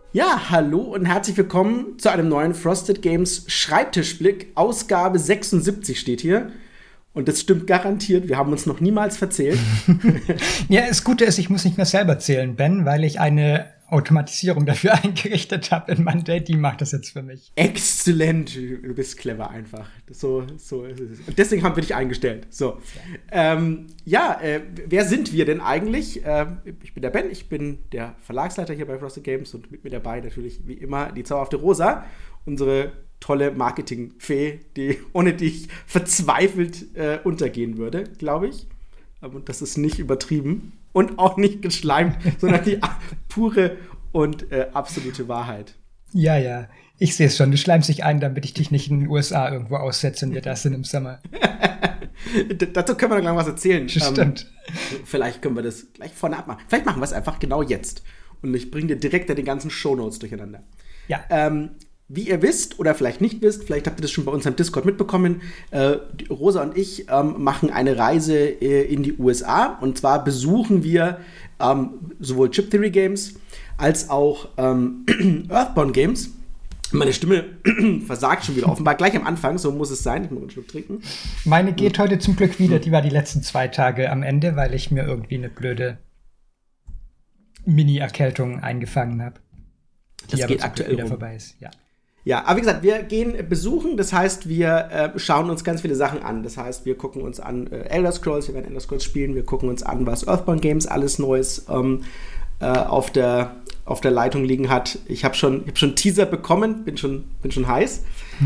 Ja, hallo und herzlich willkommen zu einem neuen Frosted Games Schreibtischblick. Ausgabe 76 steht hier. Und das stimmt garantiert, wir haben uns noch niemals verzählt. Ja, das Gute ist, ich muss nicht mehr selber zählen, Ben, weil ich eine Automatisierung dafür eingerichtet habe in Monday. Die macht das jetzt für mich. Exzellent, du bist clever einfach. So ist es. Und deswegen haben wir dich eingestellt. So. Wer sind wir denn eigentlich? Ich bin der Ben, ich bin der Verlagsleiter hier bei Frosted Games und mit mir dabei natürlich wie immer die zauberhafte Rosa, unsere tolle Marketingfee, ohne die ich verzweifelt untergehen würde, glaube ich. Und das ist nicht übertrieben und auch nicht geschleimt, sondern die pure und absolute Wahrheit. Ja, ich sehe es schon. Du schleimst dich ein, damit ich dich nicht in den USA irgendwo aussetze, wenn wir da sind im Sommer. Dazu können wir noch gleich was erzählen. Stimmt. Vielleicht können wir das gleich vorne abmachen. Vielleicht machen wir es einfach genau jetzt. Und ich bringe dir direkt die ganzen Shownotes durcheinander. Ja. Wie ihr wisst oder vielleicht nicht wisst, vielleicht habt ihr das schon bei unserem Discord mitbekommen, Rosa und ich machen eine Reise in die USA. Und zwar besuchen wir sowohl Chip Theory Games als auch Earthbound Games. Meine Stimme versagt schon wieder offenbar. Gleich am Anfang, so muss es sein. Ich muss einen Schluck trinken. Meine geht heute zum Glück wieder. Die war die letzten 2 Tage am Ende, weil ich mir irgendwie eine blöde Mini-Erkältung eingefangen habe. Das geht aktuell wieder vorbei ist, ja. Ja, aber wie gesagt, wir gehen besuchen, das heißt, wir schauen uns ganz viele Sachen an. Das heißt, wir gucken uns an Elder Scrolls, wir werden Elder Scrolls spielen, wir gucken uns an, was Earthbound Games alles Neues auf der Leitung liegen hat. Ich habe schon Teaser bekommen, bin schon heiß.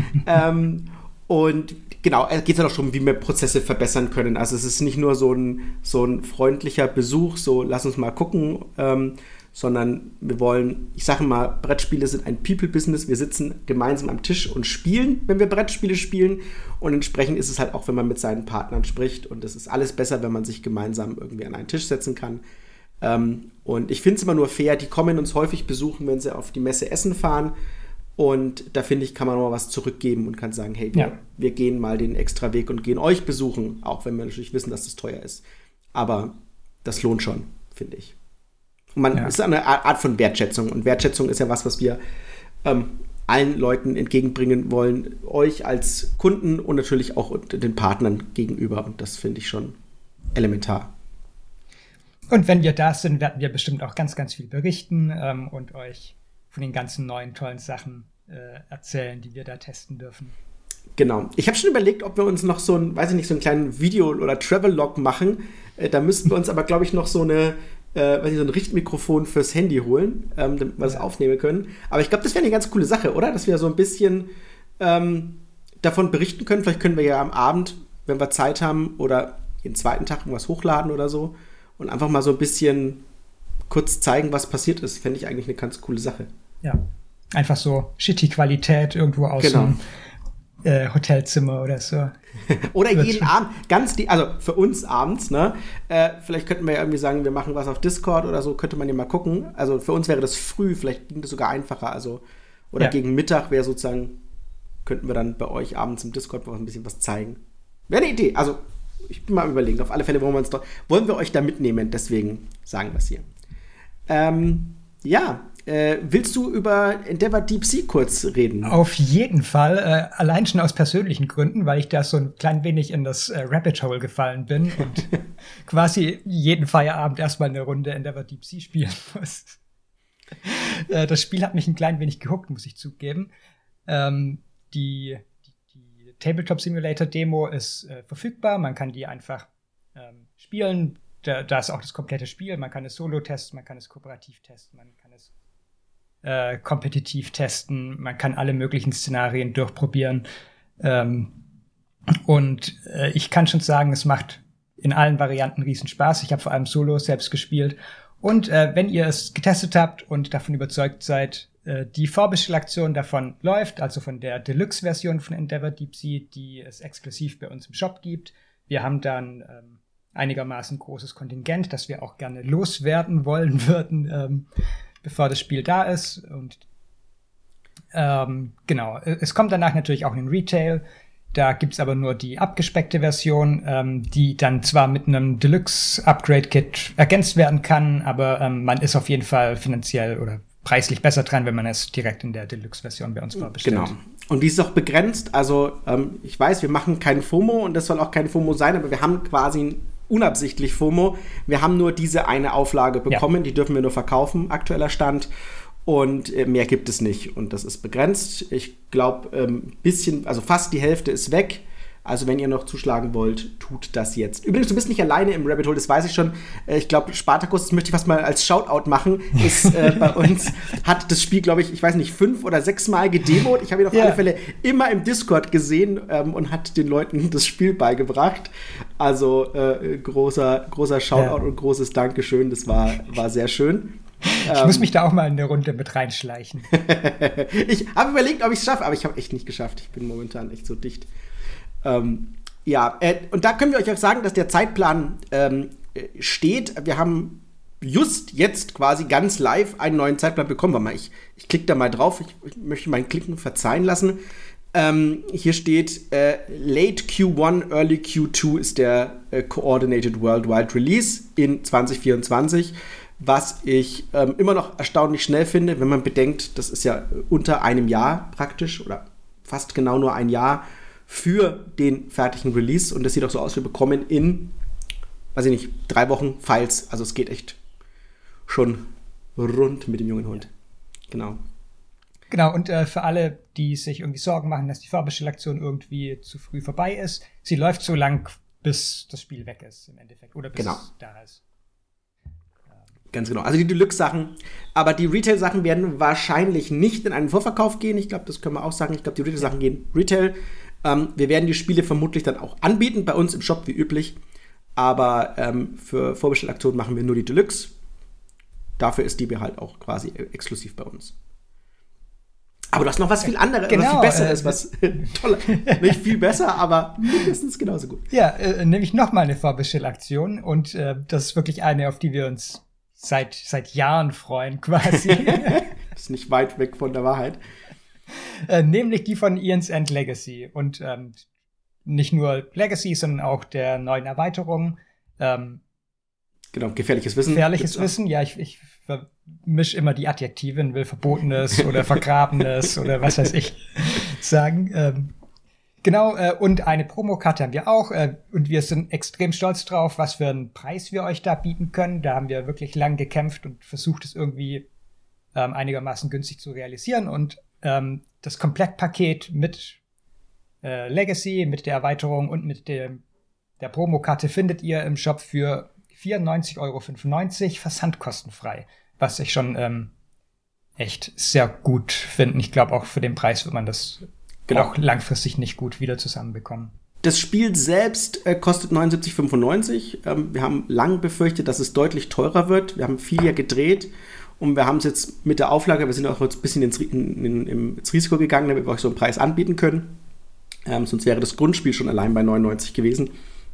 Und genau, es geht ja auch schon, wie wir Prozesse verbessern können. Also es ist nicht nur so ein freundlicher Besuch, so lass uns mal gucken, sondern wir wollen, ich sage mal, Brettspiele sind ein People-Business. Wir sitzen gemeinsam am Tisch und spielen, wenn wir Brettspiele spielen. Und entsprechend ist es halt auch, wenn man mit seinen Partnern spricht. Und es ist alles besser, wenn man sich gemeinsam irgendwie an einen Tisch setzen kann. Und ich finde es immer nur fair, die kommen uns häufig besuchen, wenn sie auf die Messe Essen fahren. Und da finde ich, kann man noch mal was zurückgeben und kann sagen, hey, wir gehen mal den extra Weg und gehen euch besuchen. Auch wenn wir natürlich wissen, dass das teuer ist. Aber das lohnt schon, finde ich. Und ist eine Art von Wertschätzung. Und Wertschätzung ist ja was wir allen Leuten entgegenbringen wollen. Euch als Kunden und natürlich auch den Partnern gegenüber. Und das finde ich schon elementar. Und wenn wir da sind, werden wir bestimmt auch ganz, ganz viel berichten und euch von den ganzen neuen, tollen Sachen erzählen, die wir da testen dürfen. Genau. Ich habe schon überlegt, ob wir uns noch so einen kleinen Video- oder Travel-Log machen. Da müssten wir uns aber, glaube ich, noch so ein Richtmikrofon fürs Handy holen, damit wir das aufnehmen können. Aber ich glaube, das wäre eine ganz coole Sache, oder? Dass wir so ein bisschen davon berichten können. Vielleicht können wir ja am Abend, wenn wir Zeit haben, oder jeden zweiten Tag irgendwas hochladen oder so und einfach mal so ein bisschen kurz zeigen, was passiert ist. Fände ich eigentlich eine ganz coole Sache. Ja, einfach so shitty Qualität irgendwo aus dem Hotelzimmer oder so. Oder jeden Abend, also für uns abends, ne? Vielleicht könnten wir ja irgendwie sagen, wir machen was auf Discord oder so, könnte man ja mal gucken. Also für uns wäre das früh, vielleicht ging das sogar einfacher, oder gegen Mittag wäre sozusagen, könnten wir dann bei euch abends im Discord noch ein bisschen was zeigen. Wäre eine Idee, also ich bin mal überlegen, auf alle Fälle wollen wir euch da mitnehmen, deswegen sagen wir es hier. Willst du über Endeavor Deep Sea kurz reden? Auf jeden Fall, allein schon aus persönlichen Gründen, weil ich da so ein klein wenig in das Rabbit Hole gefallen bin und quasi jeden Feierabend erstmal eine Runde Endeavor Deep Sea spielen muss. Das Spiel hat mich ein klein wenig gehuckt, muss ich zugeben. Die Tabletop Simulator Demo ist verfügbar, man kann die einfach spielen. Da ist auch das komplette Spiel. Man kann es solo testen, man kann es kooperativ testen, man kann es kompetitiv testen, man kann alle möglichen Szenarien durchprobieren. Ich kann schon sagen, es macht in allen Varianten riesen Spaß. Ich habe vor allem solo selbst gespielt. Und wenn ihr es getestet habt und davon überzeugt seid, die Vorbestellaktion davon läuft, also von der Deluxe-Version von Endeavor Deep Sea, die es exklusiv bei uns im Shop gibt. Wir haben dann einigermaßen großes Kontingent, das wir auch gerne loswerden wollen würden, bevor das Spiel da ist. Und genau, es kommt danach natürlich auch in den Retail. Da gibt's aber nur die abgespeckte Version, die dann zwar mit einem Deluxe-Upgrade-Kit ergänzt werden kann, aber man ist auf jeden Fall finanziell oder preislich besser dran, wenn man es direkt in der Deluxe-Version bei uns vorbestellt. Genau. Und die ist auch begrenzt. Also ich weiß, wir machen kein FOMO und das soll auch kein FOMO sein, aber wir haben quasi unabsichtlich FOMO. Wir haben nur diese eine Auflage bekommen, die dürfen wir nur verkaufen, aktueller Stand. Und mehr gibt es nicht. Und das ist begrenzt. Ich glaube, also fast die Hälfte ist weg. Also wenn ihr noch zuschlagen wollt, tut das jetzt. Übrigens, du bist nicht alleine im Rabbit Hole, das weiß ich schon. Ich glaube, Spartacus, das möchte ich fast mal als Shoutout machen, ist bei uns, hat das Spiel, glaube ich weiß nicht, 5 oder 6 Mal gedemot. Ich habe ihn auf alle Fälle immer im Discord gesehen und hat den Leuten das Spiel beigebracht. Also großer Shoutout und großes Dankeschön. Das war sehr schön. Ich muss mich da auch mal in eine Runde mit reinschleichen. Ich habe überlegt, ob ich es schaffe, aber ich habe echt nicht geschafft. Ich bin momentan echt so dicht. Und da können wir euch auch sagen, dass der Zeitplan steht. Wir haben just jetzt quasi ganz live einen neuen Zeitplan bekommen. Warte mal, ich klicke da mal drauf. Ich möchte mein Klicken verzeihen lassen. Hier steht Late Q1, Early Q2 ist der Coordinated Worldwide Release in 2024. Was ich immer noch erstaunlich schnell finde, wenn man bedenkt, das ist ja unter einem Jahr praktisch oder fast genau nur ein Jahr für den fertigen Release. Und das sieht auch so aus, wir bekommen in, weiß ich nicht, 3 Wochen Files. Also es geht echt schon rund mit dem jungen Hund. Genau. Genau, und für alle, die sich irgendwie Sorgen machen, dass die Vorbestellaktion irgendwie zu früh vorbei ist, sie läuft so lang, bis das Spiel weg ist im Endeffekt. Oder bis es da ist. Ganz genau. Also die Deluxe-Sachen. Aber die Retail-Sachen werden wahrscheinlich nicht in einen Vorverkauf gehen. Ich glaube, das können wir auch sagen. Ich glaube, die Retail-Sachen gehen Retail. Wir werden die Spiele vermutlich dann auch anbieten, bei uns im Shop wie üblich. Aber für Vorbestellaktionen machen wir nur die Deluxe. Dafür ist die halt auch quasi exklusiv bei uns. Aber du hast noch was viel anderes, was viel Besseres, was toller. Nicht viel besser, aber mindestens genauso gut. Ja, nämlich noch mal eine Vorbestellaktion. Und das ist wirklich eine, auf die wir uns seit Jahren freuen, quasi. Das ist nicht weit weg von der Wahrheit. Nämlich die von Ian's End Legacy. Und nicht nur Legacy, sondern auch der neuen Erweiterung. Genau, gefährliches Wissen. Gefährliches Wissen, ja, ich vermische immer die Adjektiven, will Verbotenes oder Vergrabenes oder was weiß ich sagen. Genau, und eine Promokarte haben wir auch. Und wir sind extrem stolz drauf, was für einen Preis wir euch da bieten können. Da haben wir wirklich lang gekämpft und versucht, es irgendwie einigermaßen günstig zu realisieren. Und das Komplettpaket mit Legacy, mit der Erweiterung und mit der Promokarte findet ihr im Shop für 94,95 € versandkostenfrei. Was ich schon echt sehr gut finde. Ich glaube, auch für den Preis wird man das auch langfristig nicht gut wieder zusammenbekommen. Das Spiel selbst kostet 79,95 €. Wir haben lang befürchtet, dass es deutlich teurer wird. Wir haben viel ja gedreht und wir haben es jetzt mit der Auflage, wir sind auch jetzt ein bisschen ins Risiko gegangen, damit wir euch so einen Preis anbieten können. Sonst wäre das Grundspiel schon allein bei 99 gewesen.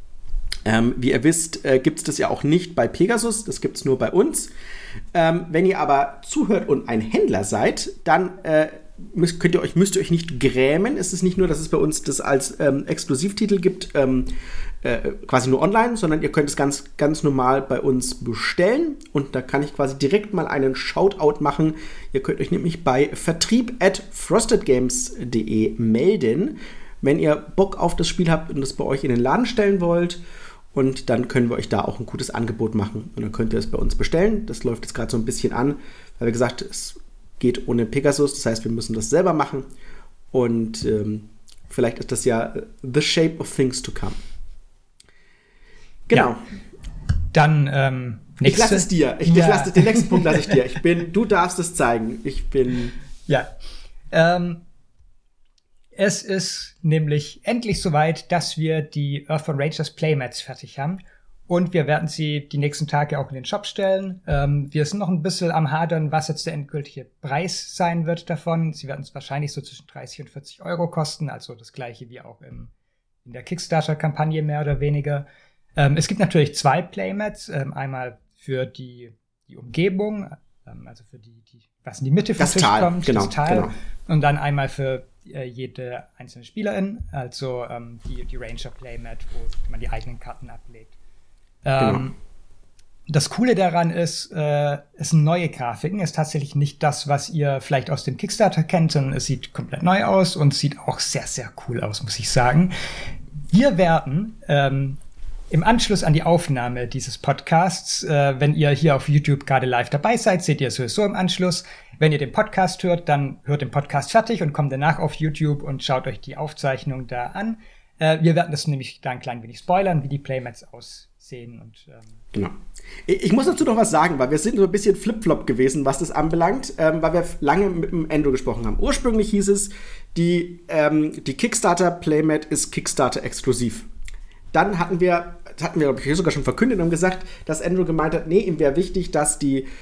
Wie ihr wisst, gibt es das ja auch nicht bei Pegasus, das gibt es nur bei uns. Wenn ihr aber zuhört und ein Händler seid, dann müsst ihr euch nicht grämen. Es ist nicht nur, dass es bei uns das als Exklusivtitel gibt, quasi nur online, sondern ihr könnt es ganz, ganz normal bei uns bestellen. Und da kann ich quasi direkt mal einen Shoutout machen. Ihr könnt euch nämlich bei vertrieb@frostedgames.de melden, wenn ihr Bock auf das Spiel habt und das bei euch in den Laden stellen wollt. Und dann können wir euch da auch ein gutes Angebot machen. Und dann könnt ihr es bei uns bestellen. Das läuft jetzt gerade so ein bisschen an, weil wir gesagt, es geht ohne Pegasus. Das heißt, wir müssen das selber machen. Und vielleicht ist das ja the shape of things to come. Genau. Ja. Dann ich lasse es dir. Den nächsten Punkt lasse ich dir. Du darfst es zeigen. Ja. Es ist nämlich endlich soweit, dass wir die Earthbound Rangers Playmats fertig haben. Und wir werden sie die nächsten Tage auch in den Shop stellen. Wir sind noch ein bisschen am Hadern, was jetzt der endgültige Preis sein wird davon. Sie werden es wahrscheinlich so zwischen 30 und 40 € kosten. Also das gleiche wie auch in der Kickstarter-Kampagne mehr oder weniger. Es gibt natürlich 2 Playmats. Einmal für die Umgebung, also für die was in die Mitte vom Tisch kommt, genau, das Tal. Genau. Und dann einmal für jede einzelne Spielerin, also die Ranger Playmat, wo man die eigenen Karten ablegt. Genau. Das Coole daran ist, es sind neue Grafiken. Es ist tatsächlich nicht das, was ihr vielleicht aus dem Kickstarter kennt, sondern es sieht komplett neu aus und sieht auch sehr, sehr cool aus, muss ich sagen. Wir werden im Anschluss an die Aufnahme dieses Podcasts, wenn ihr hier auf YouTube gerade live dabei seid, seht ihr sowieso im Anschluss. Wenn ihr den Podcast hört, dann hört den Podcast fertig und kommt danach auf YouTube und schaut euch die Aufzeichnung da an. Wir werden das nämlich da ein klein wenig spoilern, wie die Playmats aussehen. Und, Genau. Ich muss dazu noch was sagen, weil wir sind so ein bisschen Flip-Flop gewesen, was das anbelangt, weil wir lange mit dem Endo gesprochen haben. Ursprünglich hieß es, die Kickstarter-Playmat ist Kickstarter-exklusiv. Dann hatten wir, glaube ich, sogar schon verkündet und gesagt, dass Andrew gemeint hat, nee, ihm wäre wichtig, dass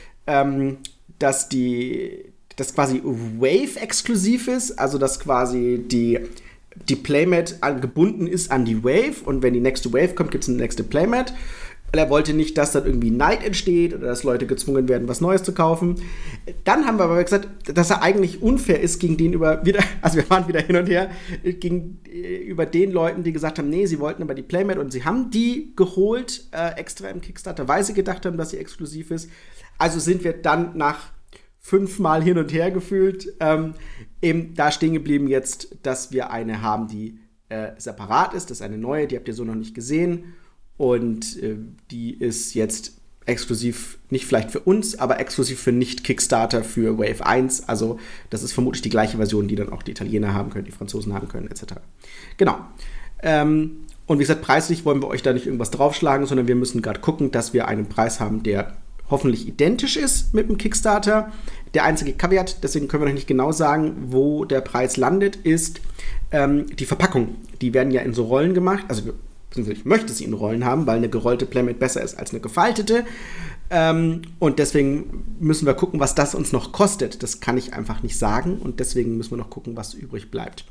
das quasi Wave-exklusiv ist, also dass quasi die Playmat gebunden ist an die Wave und wenn die nächste Wave kommt, gibt es eine nächste Playmat. Er wollte nicht, dass dann irgendwie Neid entsteht oder dass Leute gezwungen werden, was Neues zu kaufen. Dann haben wir aber gesagt, dass er eigentlich unfair ist gegenüber also wir waren wieder hin und her, gegenüber den Leuten, die gesagt haben, nee, sie wollten aber die Playmat und sie haben die geholt, extra im Kickstarter, weil sie gedacht haben, dass sie exklusiv ist. Also sind wir dann nach 5 Mal hin und her gefühlt, eben da stehen geblieben jetzt, dass wir eine haben, die separat ist. Das ist eine neue, die habt ihr so noch nicht gesehen. Und die ist jetzt exklusiv, nicht vielleicht für uns, aber exklusiv für Nicht-Kickstarter für Wave 1. Also das ist vermutlich die gleiche Version, die dann auch die Italiener haben können, die Franzosen haben können, etc. Genau. Und wie gesagt, preislich wollen wir euch da nicht irgendwas draufschlagen, sondern wir müssen gerade gucken, dass wir einen Preis haben, der hoffentlich identisch ist mit dem Kickstarter. Der einzige Caveat, deswegen können wir noch nicht genau sagen, wo der Preis landet, ist die Verpackung. Die werden ja in so Rollen gemacht. Also ich möchte sie in Rollen haben, weil eine gerollte Playmat besser ist als eine gefaltete. Und deswegen müssen wir gucken, was das uns noch kostet. Das kann ich einfach nicht sagen. Und deswegen müssen wir noch gucken, was übrig bleibt.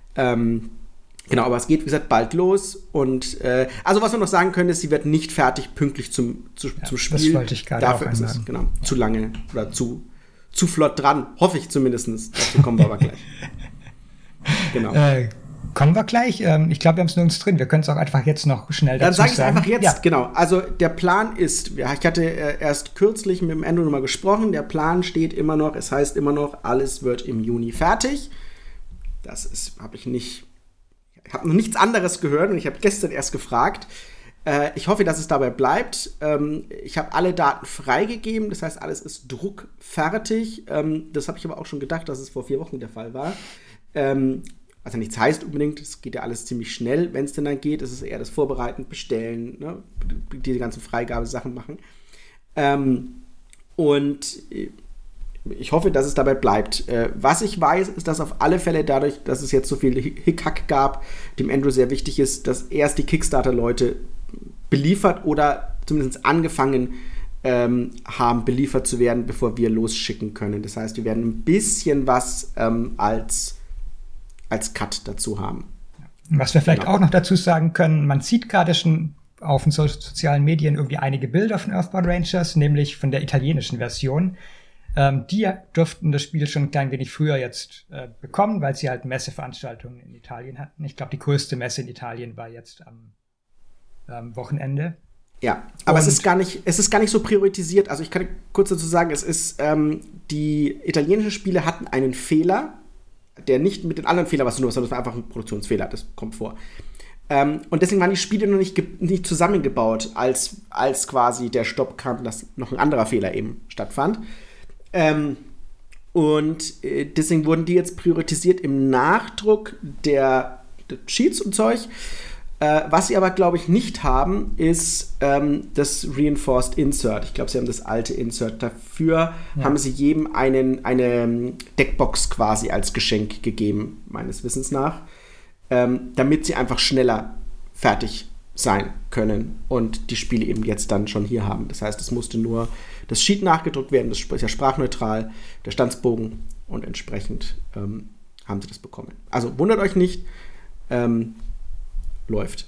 Genau, aber es geht, wie gesagt, bald los. Und also was wir noch sagen können, ist, sie wird nicht fertig pünktlich zum Spiel. Das wollte ich gerade Dafür auch ist es zu lange oder zu flott dran. Hoffe ich zumindest. Dazu kommen wir aber gleich. Genau. Kommen wir gleich. Ich glaube, wir haben es nirgends drin. Wir können es auch einfach jetzt noch schnell dazu sagen. Dann sage ich es einfach jetzt. Ja. Genau. Also der Plan ist, ich hatte erst kürzlich mit dem Endo nochmal gesprochen, der Plan steht immer noch, es heißt immer noch, alles wird im Juni fertig. Das habe ich noch nichts anderes gehört und ich habe gestern erst gefragt. Ich hoffe, dass es dabei bleibt. Ich habe alle Daten freigegeben, das heißt, alles ist druckfertig. Das habe ich aber auch schon gedacht, dass es vor 4 Wochen der Fall war. Was ja nichts heißt unbedingt, es geht ja alles ziemlich schnell, wenn es denn dann geht. Es ist eher das Vorbereiten, Bestellen, ne? Diese ganzen Freigabesachen machen. Und ich hoffe, dass es dabei bleibt. Was ich weiß, ist, dass auf alle Fälle dadurch, dass es jetzt so viel Hickhack gab, dem Andrew sehr wichtig ist, dass erst die Kickstarter-Leute beliefert oder zumindest angefangen haben, beliefert zu werden, bevor wir losschicken können. Das heißt, wir werden ein bisschen was als Cut dazu haben. Was wir vielleicht auch noch dazu sagen können, man sieht gerade schon auf den sozialen Medien irgendwie einige Bilder von Earthbound Rangers, nämlich von der italienischen Version. Die durften das Spiel schon ein klein wenig früher jetzt bekommen, weil sie halt Messeveranstaltungen in Italien hatten. Ich glaube, die größte Messe in Italien war jetzt am Wochenende. Ja, aber es ist gar nicht so priorisiert. Also ich kann kurz dazu sagen, die italienischen Spiele hatten einen Fehler, der nicht mit den anderen Fehlern was zu tun hat, sondern das war einfach ein Produktionsfehler, das kommt vor. Und deswegen waren die Spiele noch nicht zusammengebaut, als quasi der Stopp kam, dass noch ein anderer Fehler eben stattfand. Und deswegen wurden die jetzt priorisiert im Nachdruck der Cheats und Zeug. Was sie aber, glaube ich, nicht haben, ist das Reinforced Insert. Ich glaube, sie haben das alte Insert. Dafür haben sie jedem eine Deckbox quasi als Geschenk gegeben, meines Wissens nach, damit sie einfach schneller fertig sein können und die Spiele eben jetzt dann schon hier haben. Das heißt, es musste nur das Sheet nachgedruckt werden, das ist ja sprachneutral, der Standsbogen und entsprechend haben sie das bekommen. Also wundert euch nicht, läuft.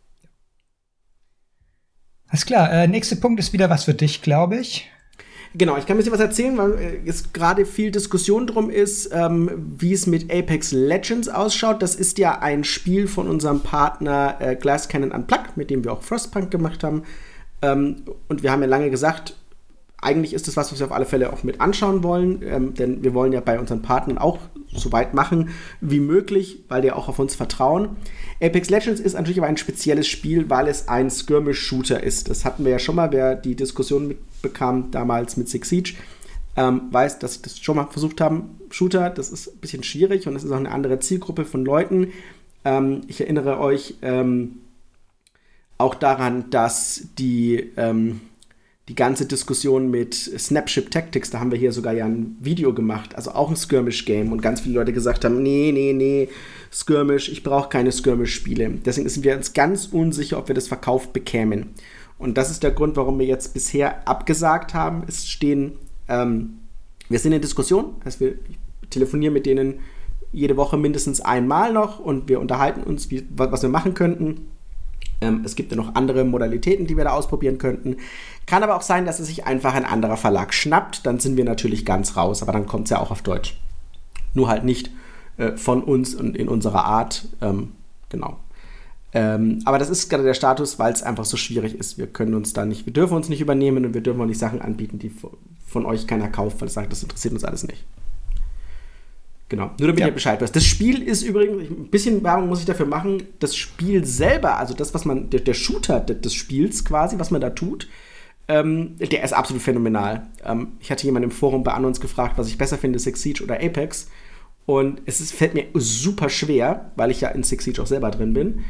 Alles klar, nächster Punkt ist wieder was für dich, glaube ich. Genau, ich kann ein bisschen was erzählen, weil jetzt gerade viel Diskussion drum ist, wie es mit Apex Legends ausschaut. Das ist ja ein Spiel von unserem Partner Glass Cannon Unplugged, mit dem wir auch Frostpunk gemacht haben. Und wir haben ja lange gesagt, eigentlich ist das was wir auf alle Fälle auch mit anschauen wollen, denn wir wollen ja bei unseren Partnern auch so weit machen wie möglich, weil die auch auf uns vertrauen. Apex Legends ist natürlich aber ein spezielles Spiel, weil es ein Skirmish-Shooter ist. Das hatten wir ja schon mal, wer die Diskussion mitbekam damals mit Six Siege, weiß, dass sie das schon mal versucht haben. Shooter, das ist ein bisschen schwierig und es ist auch eine andere Zielgruppe von Leuten. Ich erinnere euch auch daran, dass die ganze Diskussion mit Snapship Tactics, da haben wir hier sogar ja ein Video gemacht, also auch ein Skirmish-Game und ganz viele Leute gesagt haben, nee, Skirmish, ich brauche keine Skirmish-Spiele. Deswegen sind wir uns ganz unsicher, ob wir das verkauft bekämen. Und das ist der Grund, warum wir jetzt bisher abgesagt haben. Es stehen, wir sind in Diskussion, also wir telefonieren mit denen jede Woche mindestens einmal noch und wir unterhalten uns, was wir machen könnten. Es gibt ja noch andere Modalitäten, die wir da ausprobieren könnten. Kann aber auch sein, dass es sich einfach ein anderer Verlag schnappt. Dann sind wir natürlich ganz raus, aber dann kommt es ja auch auf Deutsch. Nur halt nicht von uns und in unserer Art. Genau. Aber das ist gerade der Status, weil es einfach so schwierig ist. Wir dürfen uns nicht übernehmen und wir dürfen auch nicht Sachen anbieten, die von euch keiner kauft, weil es sagt, das interessiert uns alles nicht. Genau, nur damit ihr Bescheid wisst. Das Spiel ist übrigens, ein bisschen Werbung muss ich dafür machen, das Spiel selber, also das, was man, der Shooter des Spiels quasi, was man da tut, der ist absolut phänomenal. Ich hatte jemanden im Forum bei Annons gefragt, was ich besser finde, Six Siege oder Apex. Und fällt mir super schwer, weil ich ja in Six Siege auch selber drin bin.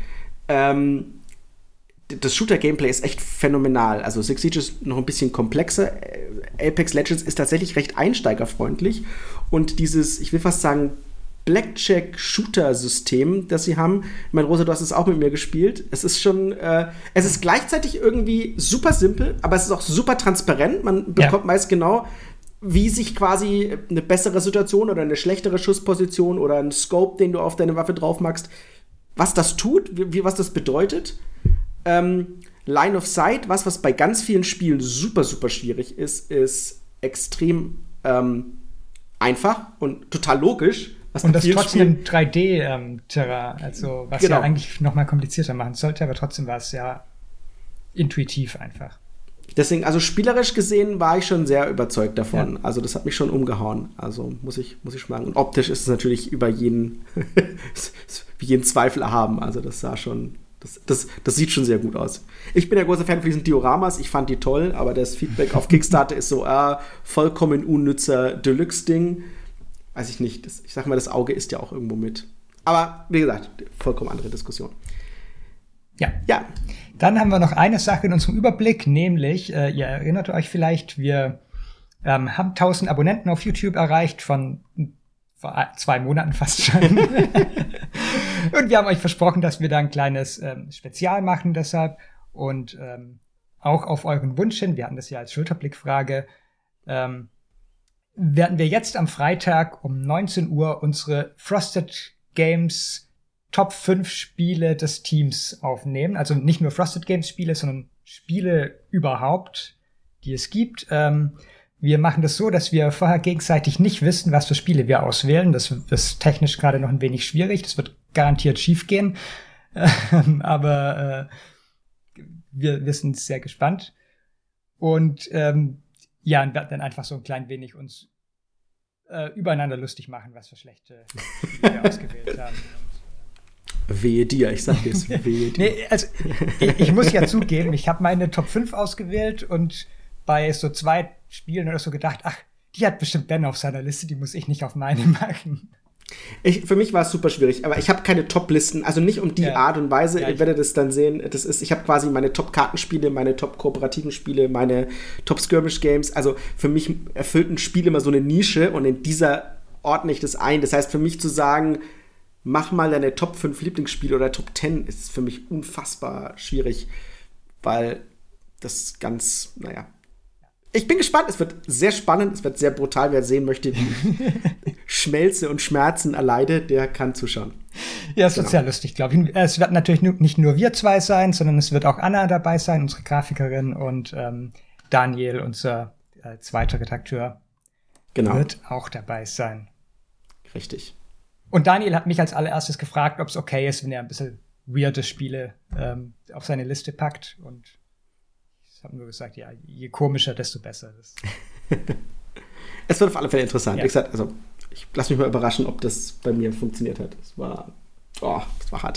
Das Shooter-Gameplay ist echt phänomenal. Also Six Siege ist noch ein bisschen komplexer. Apex Legends ist tatsächlich recht einsteigerfreundlich. Und dieses, ich will fast sagen, Blackjack-Shooter-System, das sie haben. Ich meine, Rosa, du hast es auch mit mir gespielt. Es ist schon, es ist gleichzeitig irgendwie super simpel, aber es ist auch super transparent. Man bekommt meist genau, wie sich quasi eine bessere Situation oder eine schlechtere Schussposition oder ein Scope, den du auf deine Waffe drauf machst, was das tut, was das bedeutet. Line of Sight, was bei ganz vielen Spielen super, super schwierig ist extrem einfach und total logisch. Und das trotzdem 3D-Terrain, also was ja eigentlich noch mal komplizierter machen sollte, aber trotzdem war es ja intuitiv einfach. Deswegen, also spielerisch gesehen war ich schon sehr überzeugt davon. Ja. Also das hat mich schon umgehauen. Also muss ich schon sagen. Und optisch ist es natürlich über jeden Zweifel erhaben. Also das sah schon, das sieht schon sehr gut aus. Ich bin ja großer Fan von diesen Dioramas. Ich fand die toll, aber das Feedback auf Kickstarter ist so, vollkommen unnützer Deluxe-Ding. Weiß ich nicht. Ich sag mal, das Auge ist ja auch irgendwo mit. Aber wie gesagt, vollkommen andere Diskussion. Ja. Dann haben wir noch eine Sache in unserem Überblick, nämlich, ihr erinnert euch vielleicht, wir haben 1000 Abonnenten auf YouTube erreicht vor 2 Monaten fast schon. Und wir haben euch versprochen, dass wir da ein kleines Spezial machen deshalb. Und auch auf euren Wunsch hin, wir hatten das ja als Schulterblickfrage, werden wir jetzt am Freitag um 19 Uhr unsere Frosted Games Top 5 Spiele des Teams aufnehmen. Also nicht nur Frosted Games Spiele, sondern Spiele überhaupt, die es gibt. Wir machen das so, dass wir vorher gegenseitig nicht wissen, was für Spiele wir auswählen. Das ist technisch gerade noch ein wenig schwierig. Das wird garantiert schief gehen. Aber wir sind sehr gespannt. Und werden dann einfach so ein klein wenig uns übereinander lustig machen, was für schlechte Spiele wir ausgewählt haben. Wehe dir, ich sag dir es, wehe dir. Nee, also ich muss ja zugeben, ich habe meine Top 5 ausgewählt und bei so 2 Spielen oder so gedacht, ach, die hat bestimmt Ben auf seiner Liste, die muss ich nicht auf meine machen. Für mich war es super schwierig, aber ich habe keine Top-Listen, also nicht um die Art und Weise, ihr werdet es dann sehen, ich habe quasi meine Top-Kartenspiele, meine Top-kooperativen Spiele, meine Top-Skirmish-Games, also für mich erfüllt ein Spiel immer so eine Nische und in dieser ordne ich das ein. Das heißt, für mich zu sagen, mach mal deine Top 5 Lieblingsspiele oder Top 10 ist für mich unfassbar schwierig, weil das ganz, Ich bin gespannt, es wird sehr spannend, es wird sehr brutal. Wer sehen möchte, wie Schmelze und Schmerzen erleide, der kann zuschauen. Ja, es wird sehr lustig, glaube ich. Es wird natürlich nicht nur wir 2 sein, sondern es wird auch Anna dabei sein, unsere Grafikerin, und Daniel, unser zweiter Redakteur, wird auch dabei sein. Richtig. Und Daniel hat mich als allererstes gefragt, ob es okay ist, wenn er ein bisschen weirde Spiele auf seine Liste packt. Und ich habe nur gesagt, ja, je komischer, desto besser. Es wird auf alle Fälle interessant. Ja. Wie gesagt, also ich lasse mich mal überraschen, ob das bei mir funktioniert hat. Das war hart.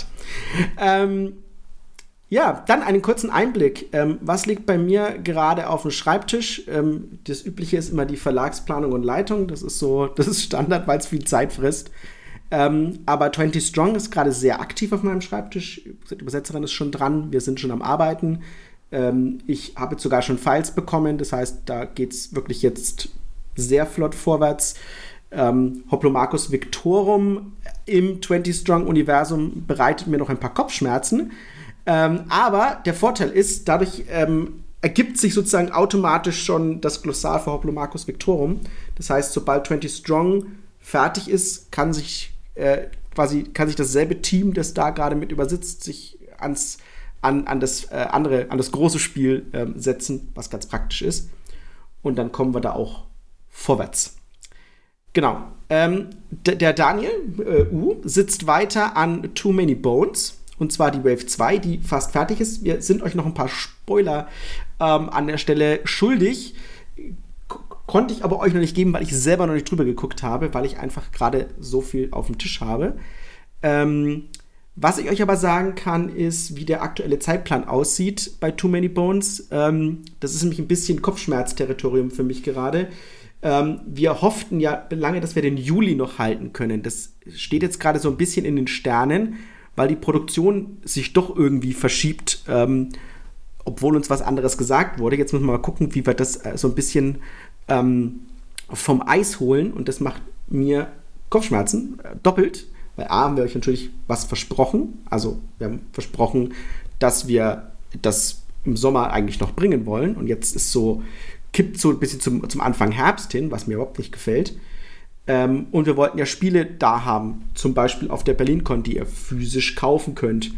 Ja, dann einen kurzen Einblick. Was liegt bei mir gerade auf dem Schreibtisch? Das Übliche ist immer die Verlagsplanung und Leitung. Das ist Standard, weil es viel Zeit frisst. Aber 20 Strong ist gerade sehr aktiv auf meinem Schreibtisch. Die Übersetzerin ist schon dran. Wir sind schon am Arbeiten. Ich habe jetzt sogar schon Files bekommen. Das heißt, da geht es wirklich jetzt sehr flott vorwärts. Hoplomachus Victorum im 20 Strong-Universum bereitet mir noch ein paar Kopfschmerzen. Aber der Vorteil ist, dadurch ergibt sich sozusagen automatisch schon das Glossar für Hoplomachus Victorum. Das heißt, sobald 20 Strong fertig ist, kann sich dasselbe Team, das da gerade mit übersitzt, sich an das große Spiel setzen, was ganz praktisch ist. Und dann kommen wir da auch vorwärts. Genau. Der Daniel sitzt weiter an Too Many Bones. Und zwar die Wave 2, die fast fertig ist. Wir sind euch noch ein paar Spoiler an der Stelle schuldig. Konnte ich aber euch noch nicht geben, weil ich selber noch nicht drüber geguckt habe, weil ich einfach gerade so viel auf dem Tisch habe. Was ich euch aber sagen kann, ist, wie der aktuelle Zeitplan aussieht bei Too Many Bones. Das ist nämlich ein bisschen Kopfschmerzterritorium für mich gerade. Wir hofften ja lange, dass wir den Juli noch halten können. Das steht jetzt gerade so ein bisschen in den Sternen, weil die Produktion sich doch irgendwie verschiebt, obwohl uns was anderes gesagt wurde. Jetzt müssen wir mal gucken, wie wir das so ein bisschen vom Eis holen. Und das macht mir Kopfschmerzen doppelt, weil A, haben wir euch natürlich was versprochen. Also wir haben versprochen, dass wir das im Sommer eigentlich noch bringen wollen. Und jetzt kippt so ein bisschen zum Anfang Herbst hin, was mir überhaupt nicht gefällt. Und wir wollten ja Spiele da haben, zum Beispiel auf der BerlinCon, die ihr physisch kaufen könnt.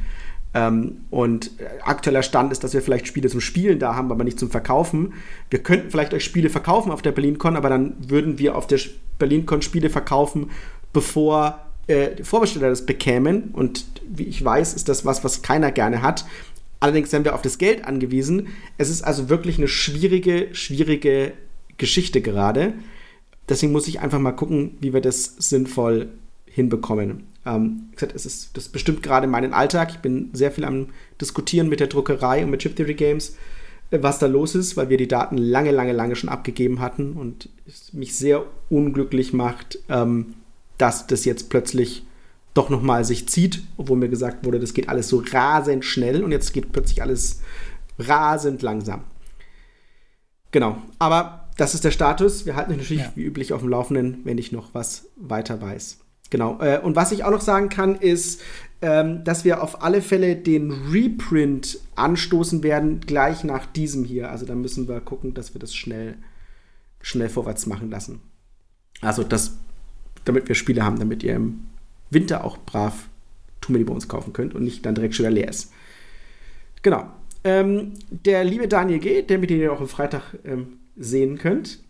Und aktueller Stand ist, dass wir vielleicht Spiele zum Spielen da haben, aber nicht zum Verkaufen. Wir könnten vielleicht euch Spiele verkaufen auf der BerlinCon, aber dann würden wir auf der BerlinCon Spiele verkaufen, bevor die Vorbesteller das bekämen. Und wie ich weiß, ist das was keiner gerne hat. Allerdings sind wir auf das Geld angewiesen. Es ist also wirklich eine schwierige Geschichte gerade. Deswegen muss ich einfach mal gucken, wie wir das sinnvoll hinbekommen. Das ist bestimmt gerade meinen Alltag. Ich bin sehr viel am Diskutieren mit der Druckerei und mit Chip Theory Games, was da los ist, weil wir die Daten lange schon abgegeben hatten und es mich sehr unglücklich macht, dass das jetzt plötzlich doch noch mal sich zieht, obwohl mir gesagt wurde, das geht alles so rasend schnell und jetzt geht plötzlich alles rasend langsam. Genau, aber das ist der Status. Wir halten euch natürlich wie üblich auf dem Laufenden, wenn ich noch was weiter weiß. Genau. Und was ich auch noch sagen kann, ist, dass wir auf alle Fälle den Reprint anstoßen werden, gleich nach diesem hier. Also da müssen wir gucken, dass wir das schnell vorwärts machen lassen. Also damit wir Spiele haben, damit ihr im Winter auch brav Too Many Bones kaufen könnt und nicht dann direkt schon wieder leer ist. Genau. Der liebe Daniel G., den ihr auch am Freitag sehen könnt,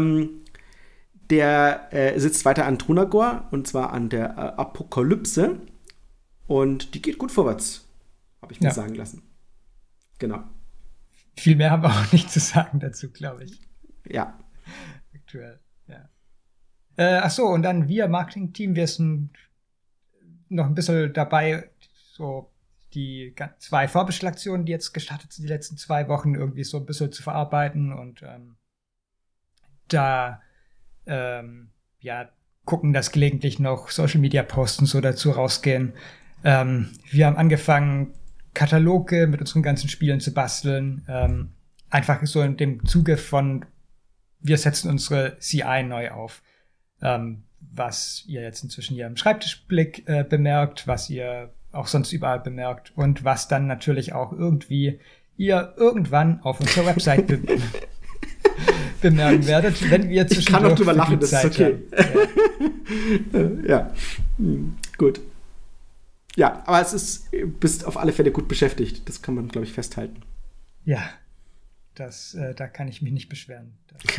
der sitzt weiter an Trunagor und zwar an der Apokalypse und die geht gut vorwärts, habe ich mir sagen lassen. Genau. Viel mehr haben wir auch nicht zu sagen dazu, glaube ich. Ja. Aktuell, ja. Achso, und dann wir Marketing-Team, wir sind noch ein bisschen dabei, so die 2 Vorbestellaktionen, die jetzt gestartet sind, die letzten 2 Wochen, irgendwie so ein bisschen zu verarbeiten und gucken, dass gelegentlich noch Social-Media-Posts so dazu rausgehen. Wir haben angefangen, Kataloge mit unseren ganzen Spielen zu basteln. Einfach so in dem Zuge von, wir setzen unsere CI neu auf. Was ihr jetzt inzwischen hier im Schreibtischblick bemerkt, was ihr auch sonst überall bemerkt und was dann natürlich auch irgendwie ihr irgendwann auf unserer Website bemerken werdet, wenn wir zwischendurch. Ich kann auch drüber lachen, das ist okay. Ja, gut. Ja, aber bist auf alle Fälle gut beschäftigt. Das kann man, glaube ich, festhalten. Ja, da kann ich mich nicht beschweren.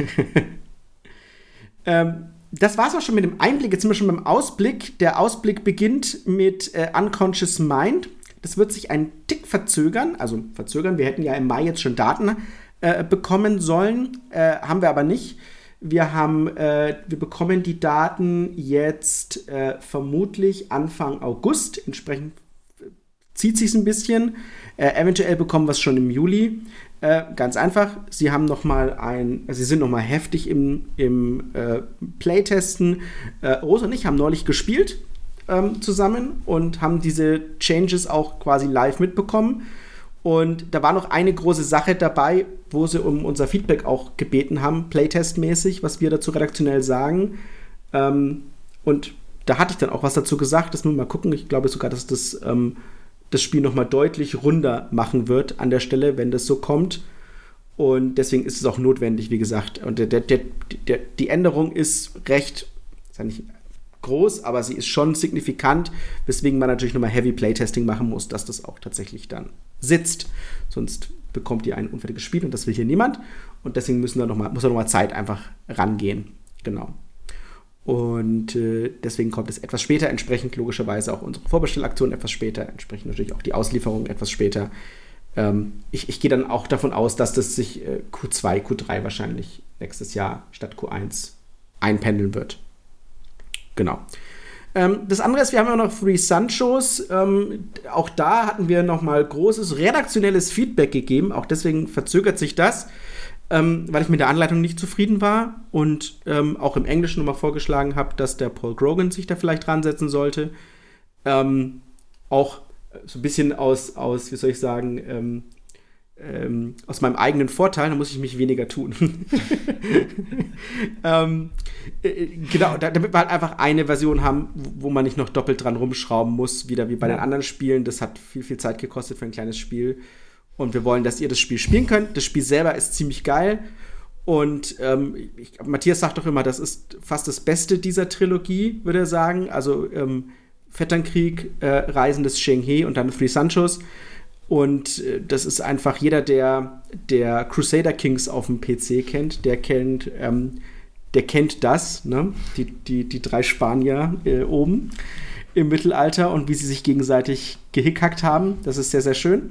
Das war's auch schon mit dem Einblick. Jetzt sind wir schon beim Ausblick. Der Ausblick beginnt mit Unconscious Mind. Das wird sich einen Tick verzögern. Wir hätten ja im Mai jetzt schon Daten bekommen sollen. Haben wir aber nicht. Wir bekommen die Daten jetzt vermutlich Anfang August. Entsprechend zieht sich ein bisschen. Eventuell bekommen wir es schon im Juli. Ganz einfach, sie sind noch mal heftig im Playtesten. Rose und ich haben neulich gespielt zusammen und haben diese Changes auch quasi live mitbekommen. Und da war noch eine große Sache dabei, wo sie um unser Feedback auch gebeten haben, Playtest-mäßig, was wir dazu redaktionell sagen. Und da hatte ich dann auch was dazu gesagt, das müssen wir mal gucken. Ich glaube sogar, dass das Spiel noch mal deutlich runder machen wird an der Stelle, wenn das so kommt. Und deswegen ist es auch notwendig, wie gesagt. Und die Änderung ist recht, ist ja nicht groß, aber sie ist schon signifikant, weswegen man natürlich nochmal Heavy Playtesting machen muss, dass das auch tatsächlich dann sitzt. Sonst bekommt ihr ein unfertiges Spiel und das will hier niemand. Und deswegen muss da noch mal Zeit einfach rangehen. Genau. Und deswegen kommt es etwas später, entsprechend logischerweise auch unsere Vorbestellaktion etwas später, entsprechend natürlich auch die Auslieferung etwas später. Ich gehe dann auch davon aus, dass das sich Q2, Q3 wahrscheinlich nächstes Jahr statt Q1 einpendeln wird. Genau. Das andere ist, wir haben ja noch Free Sun-Shows. Auch da hatten wir noch mal großes redaktionelles Feedback gegeben. Auch deswegen verzögert sich das, weil ich mit der Anleitung nicht zufrieden war und auch im Englischen noch mal vorgeschlagen habe, dass der Paul Grogan sich da vielleicht dran setzen sollte. Auch so ein bisschen aus wie soll ich sagen, aus meinem eigenen Vorteil, da muss ich mich weniger tun. Genau, damit wir halt einfach eine Version haben, wo man nicht noch doppelt dran rumschrauben muss, wieder wie bei den anderen Spielen. Das hat viel, viel Zeit gekostet für ein kleines Spiel. Und wir wollen, dass ihr das Spiel spielen könnt. Das Spiel selber ist ziemlich geil. Und Matthias sagt doch immer, das ist fast das Beste dieser Trilogie, würde er sagen. Also Vetternkrieg, Reisen des Sheng-He und dann Free Sun-Shows. Und das ist einfach jeder, der Crusader Kings auf dem PC kennt, der kennt das, ne? Die drei Spanier oben im Mittelalter und wie sie sich gegenseitig gehickhackt haben. Das ist sehr, sehr schön.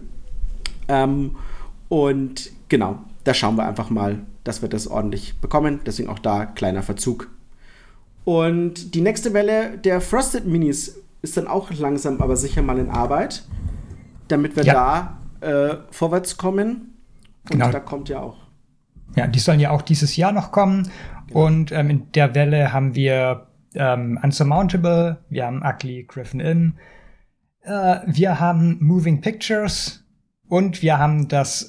Und genau, da schauen wir einfach mal, dass wir das ordentlich bekommen. Deswegen auch da kleiner Verzug. Und die nächste Welle der Frosted Minis ist dann auch langsam, aber sicher mal in Arbeit, damit wir da vorwärts kommen. Und genau. Da kommt ja auch. Ja, die sollen ja auch dieses Jahr noch kommen. Genau. Und in der Welle haben wir Unsurmountable, wir haben Ugly Griffin Inn, wir haben Moving Pictures und wir haben das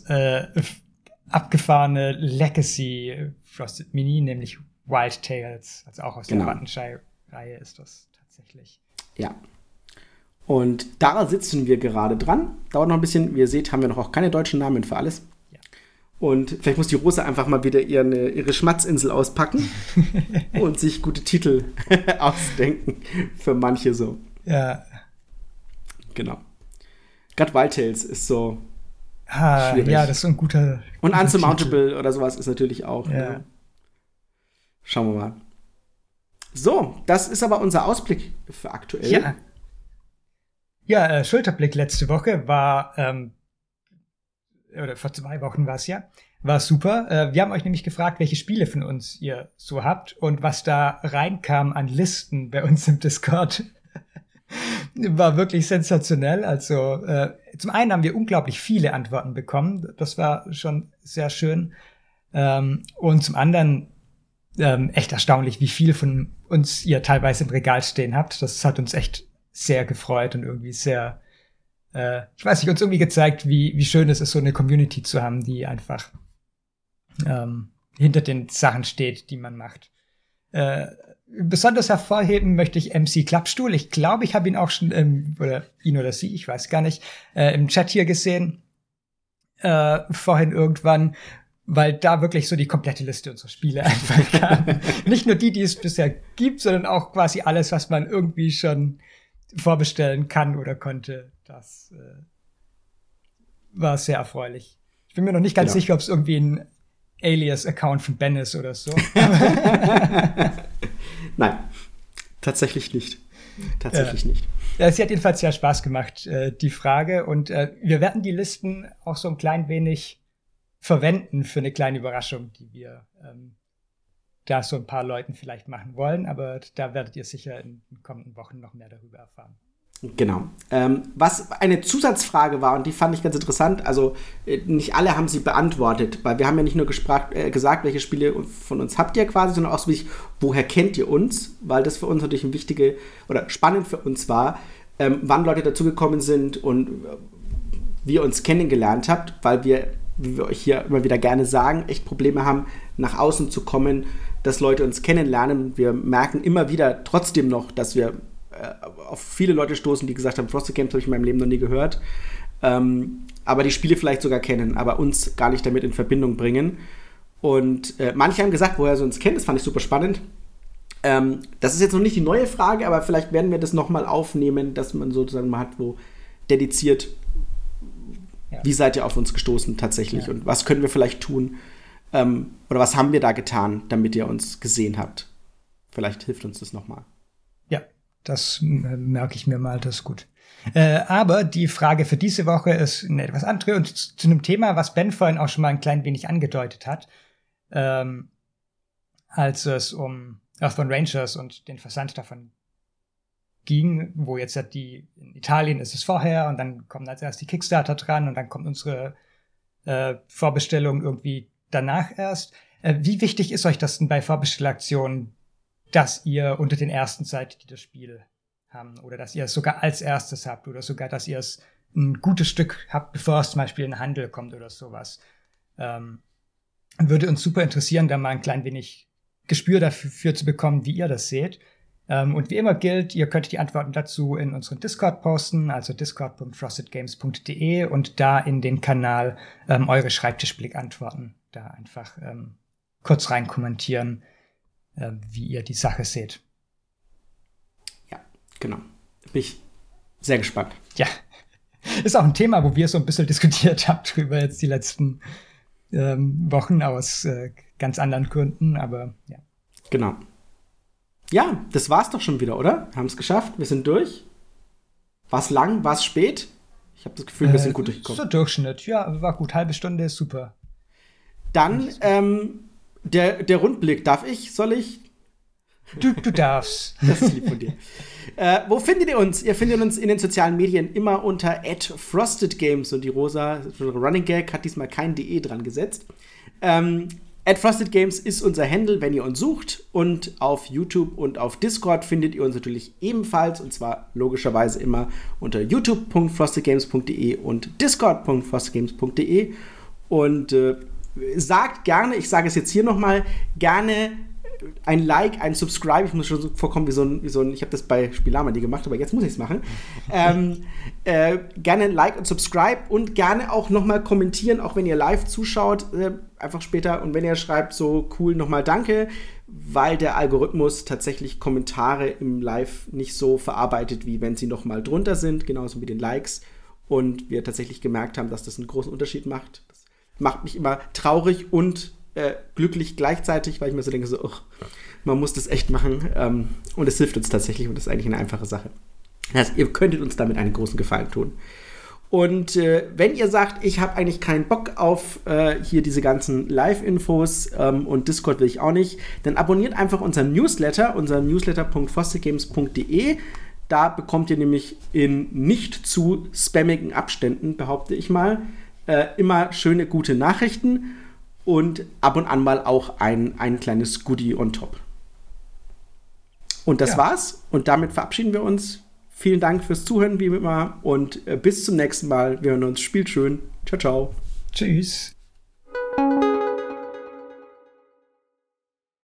abgefahrene Legacy Frosted Mini, nämlich Wild Tales, also auch aus der Wattenscheid-Reihe ist das tatsächlich. Ja. Und da sitzen wir gerade dran. Dauert noch ein bisschen. Wie ihr seht, haben wir noch auch keine deutschen Namen für alles. Ja. Und vielleicht muss die Rose einfach mal wieder ihre Schmatzinsel auspacken und sich gute Titel ausdenken. Für manche so. Ja. Genau. Gerade Wild Tales ist so schwierig. Ja, das ist so ein guter Und Unsurmountable oder sowas ist natürlich auch. Ja. Ne? Schauen wir mal. So, das ist aber unser Ausblick für aktuell. Ja. Ja, Schulterblick letzte Woche war, oder vor 2 Wochen war es ja, war super. Wir haben euch nämlich gefragt, welche Spiele von uns ihr so habt und was da reinkam an Listen bei uns im Discord. War wirklich sensationell. Also zum einen haben wir unglaublich viele Antworten bekommen. Das war schon sehr schön. Und zum anderen echt erstaunlich, wie viel von uns ihr teilweise im Regal stehen habt. Das hat uns echt sehr gefreut und irgendwie sehr, ich weiß nicht, uns irgendwie gezeigt, wie schön es ist, so eine Community zu haben, die einfach hinter den Sachen steht, die man macht. Besonders hervorheben möchte ich MC Klappstuhl. Ich glaube, ich habe ihn auch schon, oder ihn oder sie, ich weiß gar nicht, im Chat hier gesehen, vorhin irgendwann, weil da wirklich so die komplette Liste unserer Spiele einfach kam. Nicht nur die es bisher gibt, sondern auch quasi alles, was man irgendwie schon vorbestellen kann oder konnte. Das war sehr erfreulich. Ich bin mir noch nicht ganz sicher, ob es irgendwie ein Alias-Account von Ben ist oder so. Nein, tatsächlich nicht. Nicht. Ja, es hat jedenfalls sehr Spaß gemacht, die Frage. Und wir werden die Listen auch so ein klein wenig verwenden für eine kleine Überraschung, die wir da so ein paar Leuten vielleicht machen wollen. Aber da werdet ihr sicher in den kommenden Wochen noch mehr darüber erfahren. Genau. Was eine Zusatzfrage war, und die fand ich ganz interessant, also nicht alle haben sie beantwortet, weil wir haben ja nicht nur gesagt, welche Spiele von uns habt ihr quasi, sondern auch so wichtig, woher kennt ihr uns, weil das für uns natürlich ein wichtige oder spannend für uns war, wann Leute dazugekommen sind und wie ihr uns kennengelernt habt, weil wir, wie wir euch hier immer wieder gerne sagen, echt Probleme haben, nach außen zu kommen, dass Leute uns kennenlernen. Wir merken immer wieder trotzdem noch, dass wir auf viele Leute stoßen, die gesagt haben, Frosted Games habe ich in meinem Leben noch nie gehört, aber die Spiele vielleicht sogar kennen, aber uns gar nicht damit in Verbindung bringen. Und manche haben gesagt, woher sie uns kennen, das fand ich super spannend. Das ist jetzt noch nicht die neue Frage, aber vielleicht werden wir das nochmal aufnehmen, dass man sozusagen mal hat, wo dediziert, wie seid ihr auf uns gestoßen tatsächlich und was können wir vielleicht tun oder was haben wir da getan, damit ihr uns gesehen habt. Vielleicht hilft uns das nochmal. Ja. Das merke ich mir mal, das ist gut. Aber die Frage für diese Woche ist eine etwas andere und zu einem Thema, was Ben vorhin auch schon mal ein klein wenig angedeutet hat, als es um Earthbound Rangers und den Versand davon ging, wo jetzt ja in Italien ist es vorher und dann kommen als erst die Kickstarter dran und dann kommt unsere Vorbestellung irgendwie danach erst. Wie wichtig ist euch das denn bei Vorbestellaktionen, dass ihr unter den ersten seid, die das Spiel haben, oder dass ihr es sogar als erstes habt, oder sogar, dass ihr es ein gutes Stück habt, bevor es zum Beispiel in den Handel kommt oder sowas. Würde uns super interessieren, da mal ein klein wenig Gespür dafür zu bekommen, wie ihr das seht. Und wie immer gilt, ihr könnt die Antworten dazu in unseren Discord posten, also discord.frostedgames.de und da in den Kanal eure Schreibtischblick-Antworten da einfach kurz rein kommentieren, wie ihr die Sache seht. Ja, genau. Bin ich sehr gespannt. Ja, ist auch ein Thema, wo wir so ein bisschen diskutiert haben drüber jetzt die letzten Wochen aus ganz anderen Gründen, aber ja. Genau. Ja, das war's doch schon wieder, oder? Wir haben es geschafft, wir sind durch. War's lang, war's spät? Ich habe das Gefühl, wir sind gut durchgekommen. So Durchschnitt, ja, war gut. Halbe Stunde ist super. Dann, der Rundblick, darf ich? Soll ich? Du darfst. Das ist lieb von dir. Wo findet ihr uns? Ihr findet uns in den sozialen Medien immer unter @frostedgames und die Rosa, Running Gag, hat diesmal kein DE dran gesetzt. @frostedgames ist unser Handle, wenn ihr uns sucht, und auf YouTube und auf Discord findet ihr uns natürlich ebenfalls, und zwar logischerweise immer unter youtube.frostedgames.de und discord.frostedgames.de und sagt gerne, ich sage es jetzt hier nochmal, gerne ein Like, ein Subscribe. Ich muss schon so vorkommen wie so ein ich habe das bei Spielama nie gemacht, aber jetzt muss ich es machen. Gerne ein Like und Subscribe und gerne auch nochmal kommentieren, auch wenn ihr live zuschaut, einfach später. Und wenn ihr schreibt, so cool, nochmal danke, weil der Algorithmus tatsächlich Kommentare im Live nicht so verarbeitet, wie wenn sie nochmal drunter sind, genauso wie den Likes. Und wir tatsächlich gemerkt haben, dass das einen großen Unterschied macht. Das macht mich immer traurig und glücklich gleichzeitig, weil ich mir so denke, man muss das echt machen. Und es hilft uns tatsächlich und das ist eigentlich eine einfache Sache. Das heißt, ihr könntet uns damit einen großen Gefallen tun. Und wenn ihr sagt, ich habe eigentlich keinen Bock auf hier diese ganzen Live-Infos und Discord will ich auch nicht, dann abonniert einfach unseren newsletter.frostedgames.de. Da bekommt ihr nämlich in nicht zu spammigen Abständen, behaupte ich mal, immer schöne, gute Nachrichten und ab und an mal auch ein kleines Goodie on top. Und das war's. Und damit verabschieden wir uns. Vielen Dank fürs Zuhören, wie immer. Und bis zum nächsten Mal. Wir hören uns. Spielt schön. Ciao, ciao. Tschüss.